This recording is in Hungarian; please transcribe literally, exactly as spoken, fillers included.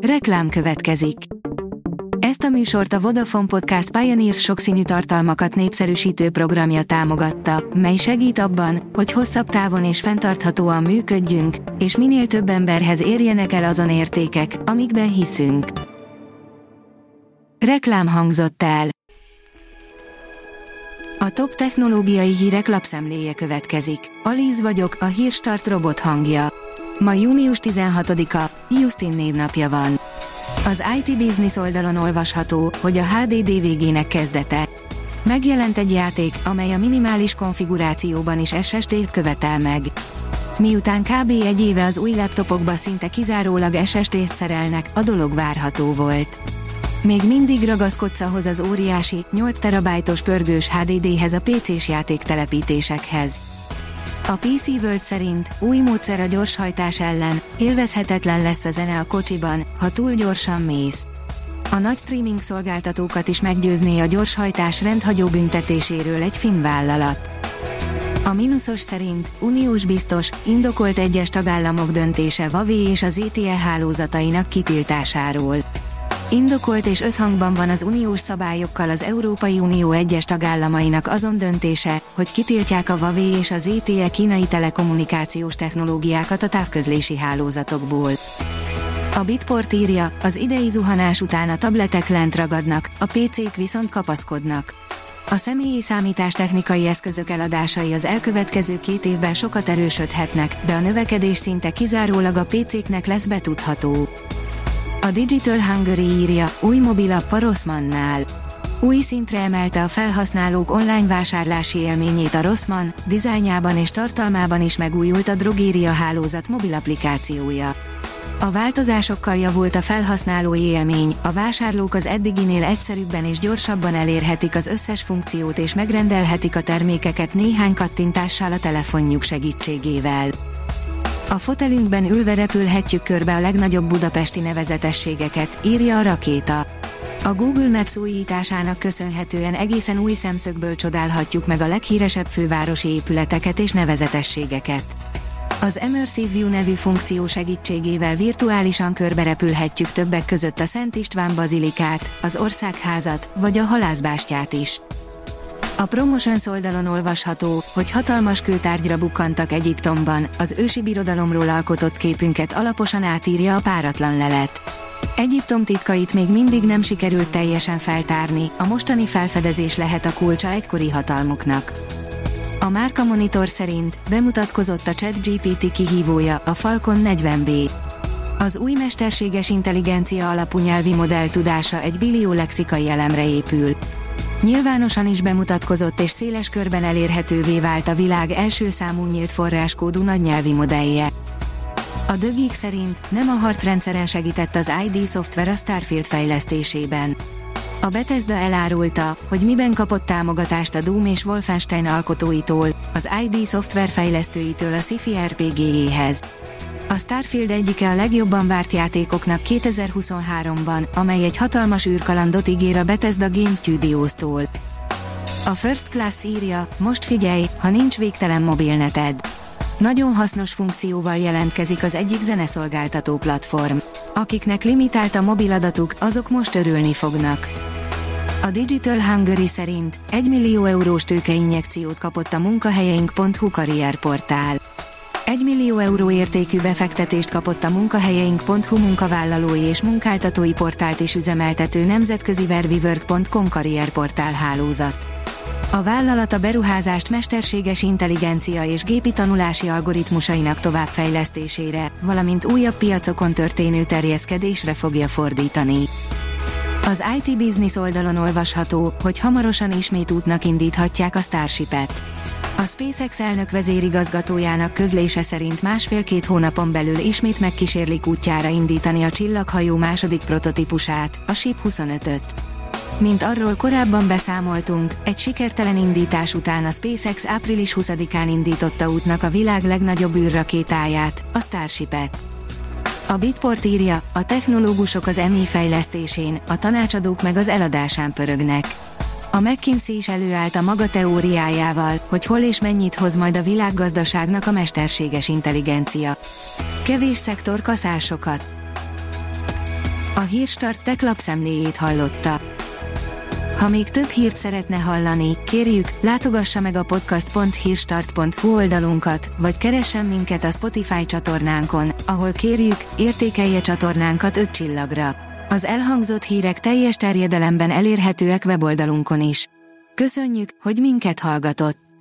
Reklám következik. Ezt a műsort a Vodafone Podcast Pioneers sokszínű tartalmakat népszerűsítő programja támogatta, mely segít abban, hogy hosszabb távon és fenntarthatóan működjünk, és minél több emberhez érjenek el azon értékek, amikben hiszünk. Reklám hangzott el. A top technológiai hírek lapszemléje következik. Alíz vagyok, a Hírstart robot hangja. Ma június tizenhatodika, Justin névnapja van. Az i té Business oldalon olvasható, hogy a há dé dé vé gé-nek kezdete. Megjelent egy játék, amely a minimális konfigurációban is es es dét követel meg. Miután kb. Egy éve az új laptopokba szinte kizárólag es es dét szerelnek, a dolog várható volt. Még mindig ragaszkodsz ahhoz az óriási, nyolc terabájtos pörgős há dé dé-hez a pé cés játéktelepítésekhez. A pé cé World szerint új módszer a gyorshajtás ellen, élvezhetetlen lesz a zene a kocsiban, ha túl gyorsan mész. A nagy streaming szolgáltatókat is meggyőzné a gyorshajtás rendhagyó büntetéséről egy finn vállalat. A mínuszos szerint uniós biztos, indokolt egyes tagállamok döntése Huawei és az zé té e hálózatainak kitiltásáról. Indokolt és összhangban van az uniós szabályokkal az Európai Unió egyes tagállamainak azon döntése, hogy kitiltják a Huawei és a zé té e kínai telekommunikációs technológiákat a távközlési hálózatokból. A Bitport írja, az idei zuhanás után a tabletek lent ragadnak, a pé cék viszont kapaszkodnak. A személyi számítástechnikai eszközök eladásai az elkövetkező két évben sokat erősödhetnek, de a növekedés szinte kizárólag a pé céknek lesz betudható. A Digital Hungary írja, új mobilapp a Rossmannnál. Új szintre emelte a felhasználók online vásárlási élményét a Rossmann, dizájnjában és tartalmában is megújult a drogéria hálózat mobilapplikációja. A változásokkal javult a felhasználói élmény, a vásárlók az eddiginél egyszerűbben és gyorsabban elérhetik az összes funkciót és megrendelhetik a termékeket néhány kattintással a telefonjuk segítségével. A fotelünkben ülve repülhetjük körbe a legnagyobb budapesti nevezetességeket, írja a Rakéta. A Google Maps újításának köszönhetően egészen új szemszögből csodálhatjuk meg a leghíresebb fővárosi épületeket és nevezetességeket. Az Immersive View nevű funkció segítségével virtuálisan körberepülhetjük többek között a Szent István bazilikát, az Országházat, vagy a Halászbástyát is. A Promotions oldalon olvasható, hogy hatalmas kőtárgyra bukkantak Egyiptomban, az ősi birodalomról alkotott képünket alaposan átírja a páratlan lelet. Egyiptom titkait még mindig nem sikerült teljesen feltárni, a mostani felfedezés lehet a kulcsa egykori hatalmuknak. A Márka Monitor szerint bemutatkozott a ChatGPT kihívója, a Falcon negyven bé. Az új mesterséges intelligencia alapú nyelvi modell tudása egy billió lexikai elemre épül. Nyilvánosan is bemutatkozott és széles körben elérhetővé vált a világ első számú nyílt forráskódú nagynyelvi modellje. A The Geek szerint nem a harcrendszeren segített az i dé szoftver a Starfield fejlesztésében. A Bethesda elárulta, hogy miben kapott támogatást a Doom és Wolfenstein alkotóitól, az i dé szoftver fejlesztőitől a sci-fi er pé gé-jéhez. A Starfield egyike a legjobban várt játékoknak kétezer-huszonháromban, amely egy hatalmas űrkalandot ígér a Bethesda Game Studios-tól. A First Class írja, most figyelj, ha nincs végtelen mobilneted. Nagyon hasznos funkcióval jelentkezik az egyik zeneszolgáltató platform. Akiknek limitált a mobiladatuk, azok most örülni fognak. A Digital Hungary szerint egy millió eurós tőkeinjekciót kapott a munkahelyeink pont hu karrierportál. egy millió euró értékű befektetést kapott a munkahelyeink pont hu munkavállalói és munkáltatói portált is üzemeltető nemzetközi verviwork pont com karrierportál hálózat. A vállalat a beruházást mesterséges intelligencia és gépi tanulási algoritmusainak továbbfejlesztésére, valamint újabb piacokon történő terjeszkedésre fogja fordítani. Az i té Business oldalon olvasható, hogy hamarosan ismét útnak indíthatják a Starship-et. A SpaceX elnök vezérigazgatójának közlése szerint másfél-két hónapon belül ismét megkísérlik útjára indítani a csillaghajó második prototípusát, a Ship huszonötöt. Mint arról korábban beszámoltunk, egy sikertelen indítás után a SpaceX április huszadikán indította útnak a világ legnagyobb űrrakétáját, a Starship-et. A Bitport írja, a technológusok az em i fejlesztésén, a tanácsadók meg az eladásán pörögnek. A McKinsey is előállt a maga teóriájával, hogy hol és mennyit hoz majd a világgazdaságnak a mesterséges intelligencia. Kevés szektor kaszál sokat. A Hírstart Tech lapszemléjét hallotta. Ha még több hírt szeretne hallani, kérjük, látogassa meg a podcast pont hírstart pont hu oldalunkat, vagy keressen minket a Spotify csatornánkon, ahol kérjük, értékelje csatornánkat öt csillagra. Az elhangzott hírek teljes terjedelemben elérhetőek weboldalunkon is. Köszönjük, hogy minket hallgatott!